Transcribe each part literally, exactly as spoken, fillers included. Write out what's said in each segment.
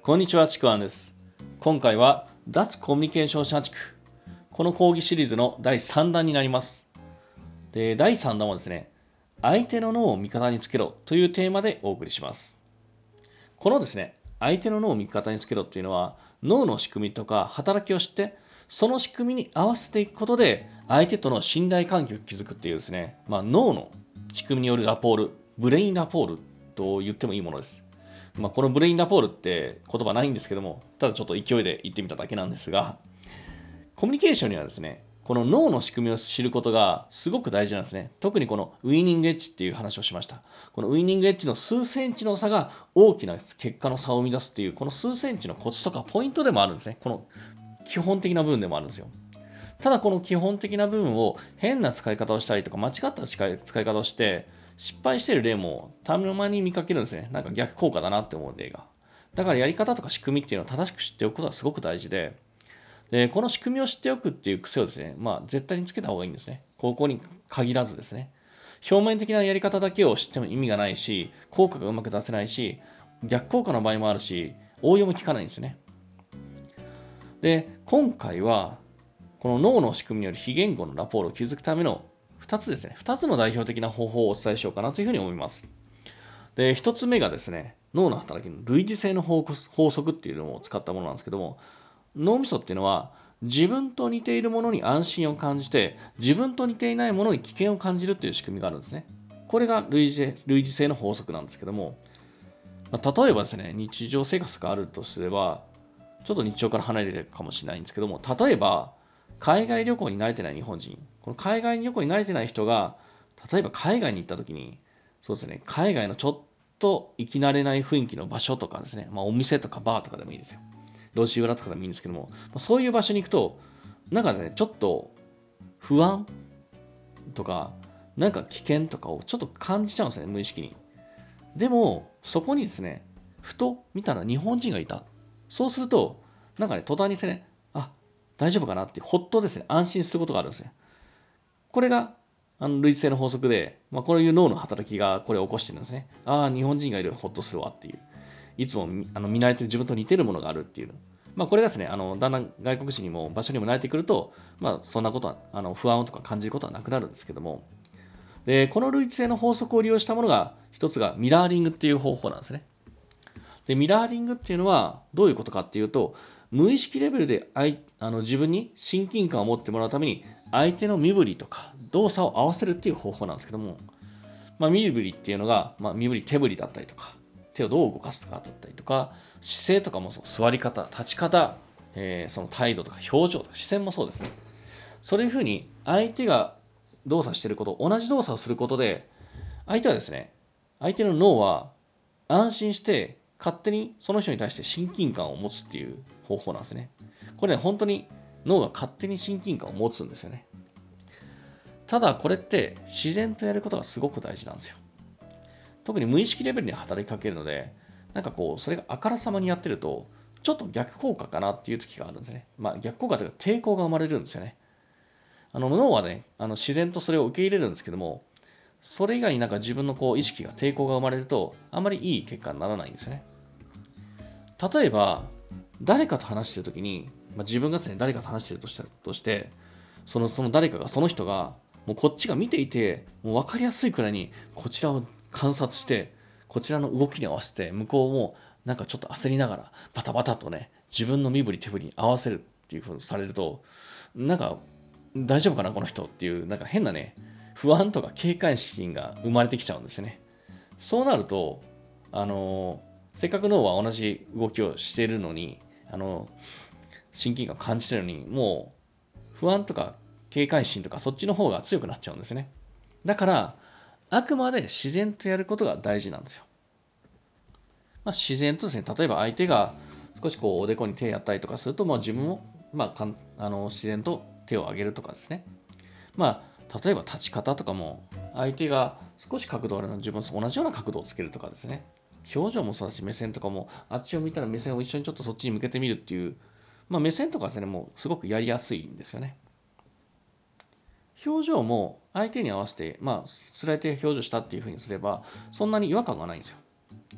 こんにちは、ちくわんです。今回は脱コミュニケーション社畜、この講義シリーズのだいさんだんになります。で、だいさんだんはですね、相手の脳を味方につけろというテーマでお送りします。このですね、相手の脳を味方につけろっていうのは、脳の仕組みとか働きを知って、その仕組みに合わせていくことで、相手との信頼関係を築くっていうですね、まあ、脳の仕組みによるラポール、ブレインラポールと言ってもいいものです。まあ、このブレインラポールって言葉ないんですけども、ただちょっと勢いで言ってみただけなんですが、コミュニケーションにはですね、この脳の仕組みを知ることがすごく大事なんですね。特にこのウィニングエッジっていう話をしました。このウィニングエッジの数センチの差が大きな結果の差を生み出すっていう、この数センチのコツとかポイントでもあるんですね。この基本的な部分でもあるんですよ。ただこの基本的な部分を変な使い方をしたりとか間違った使い方をして失敗している例もたまに見かけるんですね。なんか逆効果だなって思う例が。だからやり方とか仕組みっていうのを正しく知っておくことはすごく大事で、でこの仕組みを知っておくっていう癖をですね、まあ絶対につけた方がいいんですね。ここに限らずですね。表面的なやり方だけを知っても意味がないし、効果がうまく出せないし、逆効果の場合もあるし、応用も効かないんですね。で、今回はこの脳の仕組みによる非言語のラポールを築くためのふたつですね。ふたつの代表的な方法をお伝えしようかなというふうに思います。で、ひとつめがですね、脳の働きの類似性の法則っていうのを使ったものなんですけども、脳みそっていうのは自分と似ているものに安心を感じて、自分と似ていないものに危険を感じるっていう仕組みがあるんですね。これが類似類似性の法則なんですけども、まあ、例えばですね、日常生活があるとすれば、ちょっと日常から離れてるかもしれないんですけども、例えば、海外旅行に慣れてない日本人、この海外旅行に慣れてない人が、例えば海外に行った時に、そうですね、海外のちょっと行き慣れない雰囲気の場所とかですね、まあ、お店とかバーとかでもいいですよ。路地裏とかでもいいんですけども、そういう場所に行くと、なんかね、ちょっと不安とか、なんか危険とかをちょっと感じちゃうんですね、無意識に。でも、そこにですね、ふと見たら日本人がいた。そうすると、なんかね、途端にですね、あ、大丈夫かなって、ほっとですね、安心することがあるんですね。これが、あの類似性の法則で、まあ、こういう脳の働きがこれを起こしてるんですね。ああ、日本人がいる、ほっとするわっていう。いつもあの見慣れてる自分と似てるものがあるっていう。まあ、これがですね、あのだんだん外国人にも場所にも慣れてくると、まあ、そんなことは、あの不安とか感じることはなくなるんですけども、で、この類似性の法則を利用したものが、一つがミラーリングっていう方法なんですね。で、ミラーリングっていうのはどういうことかっていうと、無意識レベルであの自分に親近感を持ってもらうために、相手の身振りとか動作を合わせるっていう方法なんですけども、まあ、身振りっていうのが、まあ、身振り手振りだったりとか、手をどう動かすかだったりとか、姿勢とかもそう、座り方、立ち方、えーその態度とか表情とか視線もそうですね。そういうふうに相手が動作していること、同じ動作をすることで、相手はですね、相手の脳は安心して勝手にその人に対して親近感を持つっていう方法なんですね。これね、本当に脳が勝手に親近感を持つんですよね。ただこれって自然とやることがすごく大事なんですよ。特に無意識レベルに働きかけるので、なんかこう、それがあからさまにやってると、ちょっと逆効果かなっていう時があるんですね。まあ逆効果というか抵抗が生まれるんですよね。あの脳はね、あの自然とそれを受け入れるんですけども、それ以外になんか自分のこう意識が抵抗が生まれると、あまりいい結果にならないんですよね。例えば、誰かと話しているときに、まあ、自分がですね、誰かと話しているとしたとして、そのその誰かが、その人が、もうこっちが見ていて、もう分かりやすいくらいに、こちらを観察して、こちらの動きに合わせて、向こうもなんかちょっと焦りながら、バタバタとね、自分の身振り手振りに合わせるっていうふうにされると、なんか、大丈夫かな、この人っていう、なんか変なね、不安とか警戒心が生まれてきちゃうんですよね。そうなると、あのせっかく脳は同じ動きをしているのに、あの親近感を感じているのに、もう不安とか警戒心とかそっちの方が強くなっちゃうんですね。だから、あくまで自然とやることが大事なんですよ。まあ、自然とですね、例えば相手が少しこうおでこに手をやったりとかすると、まあ、自分も、まあ、かんあの自然と手を上げるとかですね。まあ、例えば立ち方とかも、相手が少し角度があるので自分と同じような角度をつけるとかですね。表情もそうだし、目線とかも、あっちを見たら目線を一緒にちょっとそっちに向けてみるっていう、まあ、目線とかですね、もうすごくやりやすいんですよね。表情も相手に合わせて、まあ、つられて表情したっていうふうにすれば、そんなに違和感がないんですよ。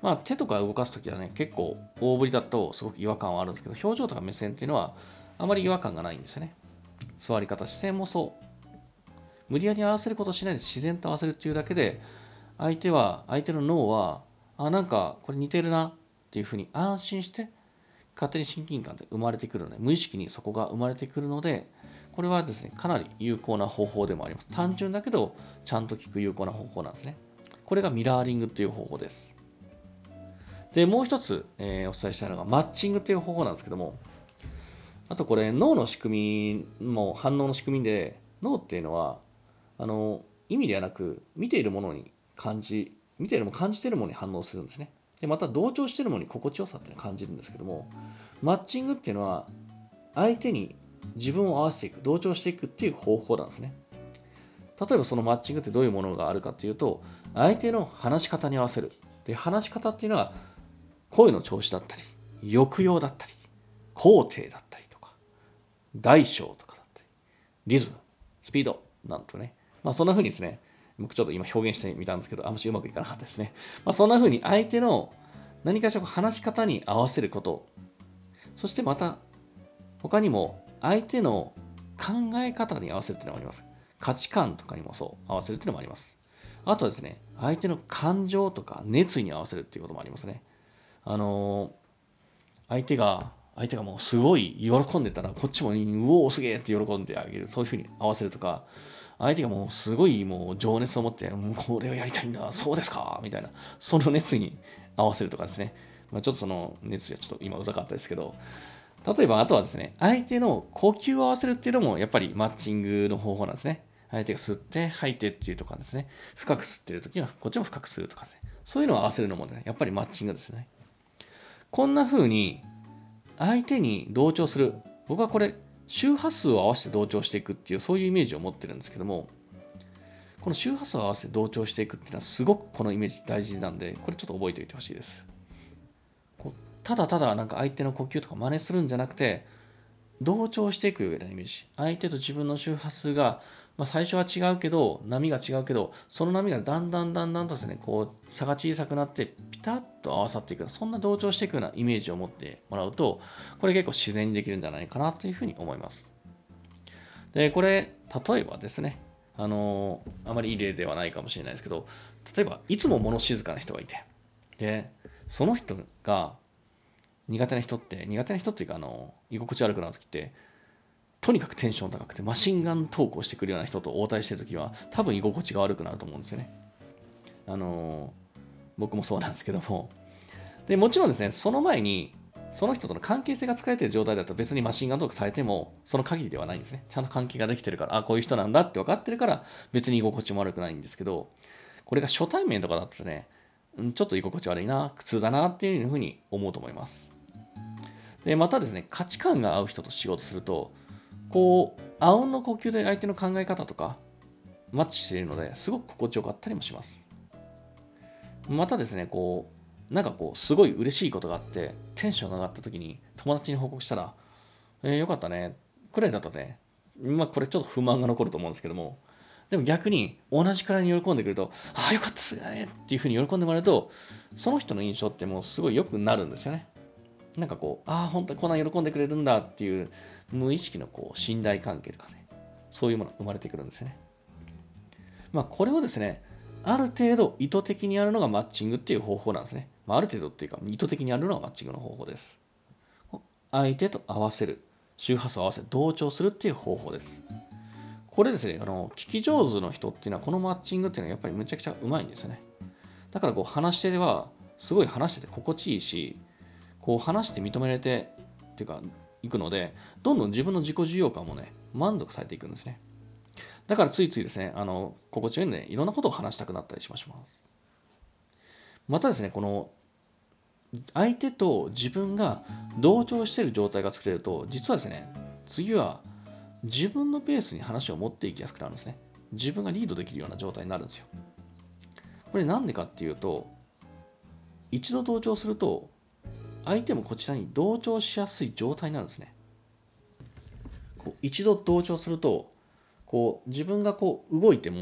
まあ、手とか動かすときはね、結構大振りだとすごく違和感はあるんですけど、表情とか目線っていうのはあまり違和感がないんですよね。座り方、姿勢もそう。無理やり合わせることをしないで自然と合わせるっていうだけで、相手は、相手の脳は、あ、なんかこれ似てるなっていうふうに安心して、勝手に親近感って生まれてくるので、無意識にそこが生まれてくるので、これはですね、かなり有効な方法でもあります。単純だけど、ちゃんと効く有効な方法なんですね。これがミラーリングっていう方法です。で、もう一つ、えーお伝えしたいのがマッチングっていう方法なんですけども、あとこれ脳の仕組みも反応の仕組みで、脳っていうのはあの意味ではなく見ているものに感じ、見ているもの感じているものに反応するんですね。で、また同調しているものに心地よさっていうのを感じるんですけども、マッチングっていうのは相手に自分を合わせていく、同調していくっていう方法なんですね。例えばそのマッチングってどういうものがあるかっていうと、相手の話し方に合わせる。で、話し方っていうのは声の調子だったり、抑揚だったり、高低だったりとか、大小とかだったり、リズム、スピードなんとね、まあそんな風にですね、僕ちょっと今表現してみたんですけど、あんまりうまくいかなかったですね。まあそんな風に相手の何かしら話し方に合わせること、そしてまた他にも相手の考え方に合わせるっていうのもあります。価値観とかにもそう合わせるっていうのもあります。あとはですね、相手の感情とか熱意に合わせるっていうこともありますね。あのー相手が相手がもうすごい喜んでたらこっちもうおーすげえって喜んであげる、そういうふうに合わせるとか、相手がもうすごいもう情熱を持ってもうこれをやりたいんだそうですかみたいな、その熱意に合わせるとかですね。まあ、ちょっとその熱意はちょっと今うざかったですけど、例えばあとはですね、相手の呼吸を合わせるっていうのもやっぱりマッチングの方法なんですね。相手が吸って吐いてっていうとかですね、深く吸ってるときはこっちも深く吸うとかですね、そういうのを合わせるのもね、やっぱりマッチングですね。こんな風に相手に同調する。僕はこれ、周波数を合わせて同調していくっていう、そういうイメージを持ってるんですけども、この周波数を合わせて同調していくっていうのは、すごくこのイメージ大事なんで、これちょっと覚えておいてほしいです。こうただただなんか相手の呼吸とか真似するんじゃなくて、同調していくようなイメージ。相手と自分の周波数が、まあ、最初は違うけど、波が違うけど、その波がだんだんだんだんとですね、こう差が小さくなって、ピタッと合わさっていく、そんな同調していくようなイメージを持ってもらうと、これ結構自然にできるんじゃないかなというふうに思います。で、これ、例えばですね、あのーあまりいい例ではないかもしれないですけど、例えば、いつも物静かな人がいて、で、その人が苦手な人って、苦手な人っていうか、あの、居心地悪くなるときって、とにかくテンション高くてマシンガントークをしてくるような人と応対してるときは多分居心地が悪くなると思うんですよね。あのー僕もそうなんですけども。で、もちろんですね、その前にその人との関係性が疲れている状態だと別にマシンガントークされてもその限りではないんですね。ちゃんと関係ができてるから、あ、こういう人なんだって分かってるから別に居心地も悪くないんですけど、これが初対面とかだとですね、ちょっと居心地悪いな、苦痛だなっていうふうに思うと思います。で、またですね、価値観が合う人と仕事すると、こう、あうんの呼吸で相手の考え方とかマッチしているので、すごく心地よかったりもします。またですね、こう、なんかこう、すごい嬉しいことがあって、テンションが上がった時に友達に報告したら、えー、よかったね、くらいだとね、まあこれちょっと不満が残ると思うんですけども、でも逆に同じくらいに喜んでくると、ああ、よかったっすねっていうふうに喜んでもらうと、その人の印象ってもうすごい良くなるんですよね。なんかこう、ああ、本当にこんな喜んでくれるんだっていう無意識のこう信頼関係とかね、そういうものが生まれてくるんですよね。まあ、これをですね、ある程度意図的にやるのがマッチングっていう方法なんですね。まあ、ある程度っていうか、意図的にやるのがマッチングの方法です。相手と合わせる、周波数を合わせ、同調するっていう方法です。これですね、あの聞き上手の人っていうのは、このマッチングっていうのはやっぱりむちゃくちゃうまいんですよね。だからこう話し手では、すごい話してて心地いいし、こう話して認められてっていうかいくので、どんどん自分の自己需要感もね、満足されていくんですね。だからついついですね、あの心地よいのでいろんなことを話したくなったりします。またですね、この相手と自分が同調している状態が作れると、実はですね、次は自分のペースに話を持っていきやすくなるんですね。自分がリードできるような状態になるんですよ。これなんでかっていうと、一度同調すると相手もこちらに同調しやすい状態なんですね。こう一度同調すると、こう自分がこう動いても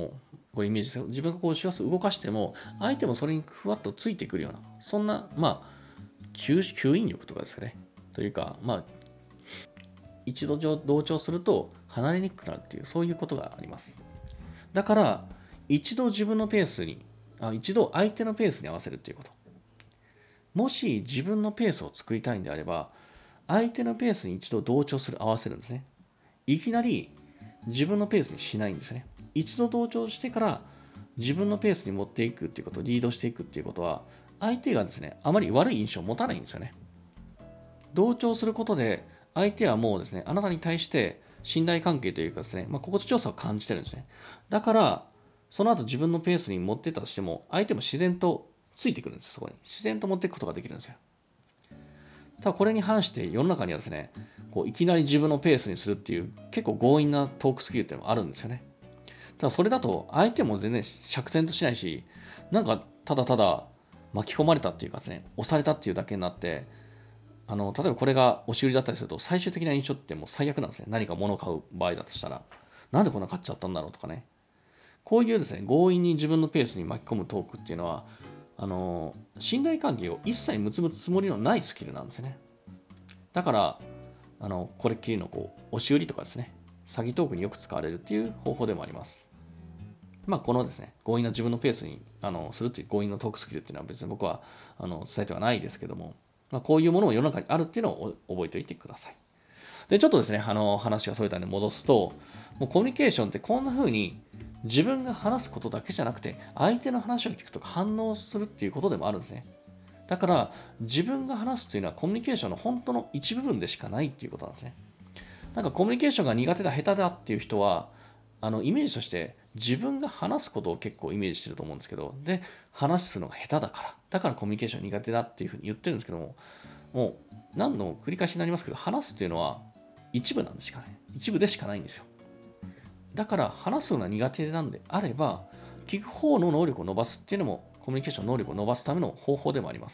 これイメージですよ。自分がこう周波数動かしても、相手もそれにふわっとついてくるような、そんな、まあ、吸吸引力とかですかね。というか、まあ、一度同調すると離れにくくなるっていう、そういうことがあります。だから、一度自分のペースに、あ一度相手のペースに合わせるっていうこと。もし自分のペースを作りたいんであれば、相手のペースに一度同調する、合わせるんですね。いきなり自分のペースにしないんですよね。一度同調してから自分のペースに持っていくっていうこと、リードしていくっていうことは、相手がですね、あまり悪い印象を持たないんですよね。同調することで、相手はもうですね、あなたに対して信頼関係というかですね、まあ、心地よさを感じてるんですね。だから、その後自分のペースに持ってったとしても、相手も自然とついてくるんですよ、そこに。自然と持っていくことができるんですよ。ただこれに反して世の中にはですね、こういきなり自分のペースにするっていう結構強引なトークスキルっていうのもあるんですよね。ただそれだと相手も全然釈然としないし、なんかただただ巻き込まれたっていうかですね、押されたっていうだけになって、あの例えばこれが押し売りだったりすると最終的な印象ってもう最悪なんですね。何か物を買う場合だとしたら、なんでこんな買っちゃったんだろうとかね。こういうですね、強引に自分のペースに巻き込むトークっていうのは、あの信頼関係を一切結ぶつもりのないスキルなんですよね。だから、あのこれっきりのこう押し売りとかですね、詐欺トークによく使われるっていう方法でもあります。まあ、このですね、強引な自分のペースにあのするという強引なトークスキルっていうのは別に僕はあの伝えてはないですけども、まあ、こういうものも世の中にあるっていうのを覚えておいてください。で、ちょっとですね、あの話がそれたんで戻すと、もうコミュニケーションってこんな風に自分が話すことだけじゃなくて、相手の話を聞くとか反応するっていうことでもあるんですね。だから、自分が話すというのはコミュニケーションの本当の一部分でしかないっていうことなんですね。なんかコミュニケーションが苦手だ、下手だっていう人は、あのイメージとして自分が話すことを結構イメージしてると思うんですけど、で、話すのが下手だから、だからコミュニケーション苦手だっていうふうに言ってるんですけども、もう何度も繰り返しになりますけど、話すっていうのは一部なんですしかない。一部でしかないんですよ。だから話すのが苦手なんであれば、聞く方の能力を伸ばすっていうのもコミュニケーション能力を伸ばすための方法でもあります。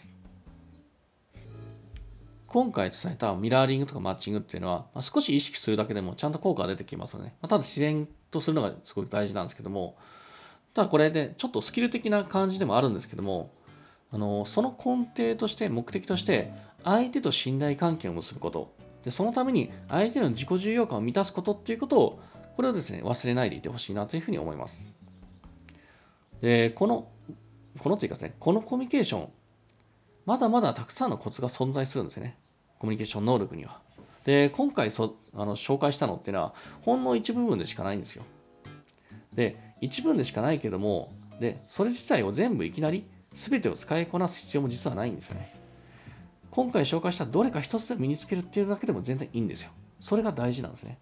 今回伝えたミラーリングとかマッチングっていうのは、まあ、少し意識するだけでもちゃんと効果が出てきますよね。まあ、ただ自然とするのがすごく大事なんですけども、ただこれでちょっとスキル的な感じでもあるんですけども、あのその根底として目的として相手と信頼関係を結ぶこと、でそのために相手の自己重要感を満たすことっていうことを、これをですね忘れないでいてほしいなというふうに思います。でこのこのというかですね、このコミュニケーション、まだまだたくさんのコツが存在するんですよね。コミュニケーション能力には。で、今回そあの紹介したのっていうのは、ほんの一部分でしかないんですよ。で、一部分でしかないけども、で、それ自体を全部いきなり全てを使いこなす必要も実はないんですよね。今回紹介したどれか一つでも身につけるっていうだけでも全然いいんですよ。それが大事なんですね。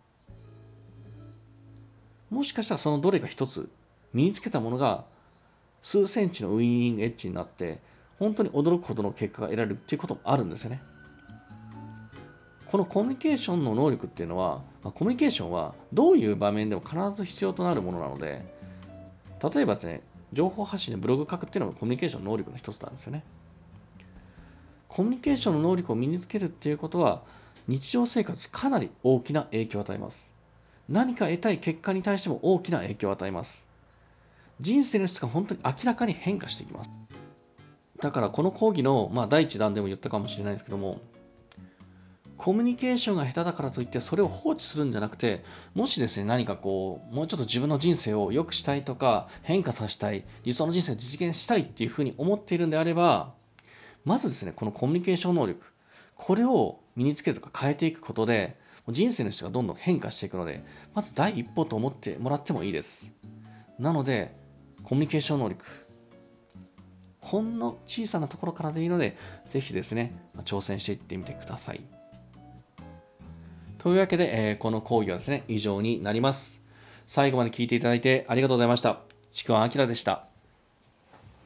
もしかしたらそのどれか一つ身につけたものが数センチのウイニングエッジになって、本当に驚くほどの結果が得られるっていうこともあるんですよね。このコミュニケーションの能力っていうのは、まあコミュニケーションはどういう場面でも必ず必要となるものなので、例えばですね、情報発信でブログ書くっていうのがコミュニケーションの能力の一つなんですよね。コミュニケーションの能力を身につけるっていうことは、日常生活にかなり大きな影響を与えます。何か得たい結果に対しても大きな影響を与えます。人生の質が本当に明らかに変化していきます。だからこの講義の、まあ、第一弾でも言ったかもしれないですけども、コミュニケーションが下手だからといってそれを放置するんじゃなくて、もしですね、何かこう、もうちょっと自分の人生を良くしたいとか、変化させたい、理想の人生を実現したいっていうふうに思っているんであれば、まずですね、このコミュニケーション能力、これを身につけるとか変えていくことで、人生の質がどんどん変化していくので、まず第一歩と思ってもらってもいいです。なので、コミュニケーション能力、ほんの小さなところからでいいので、ぜひですね、挑戦していってみてください。というわけで、えーこの講義はですね、以上になります。最後まで聞いていただいてありがとうございました。ちくわあきらでした。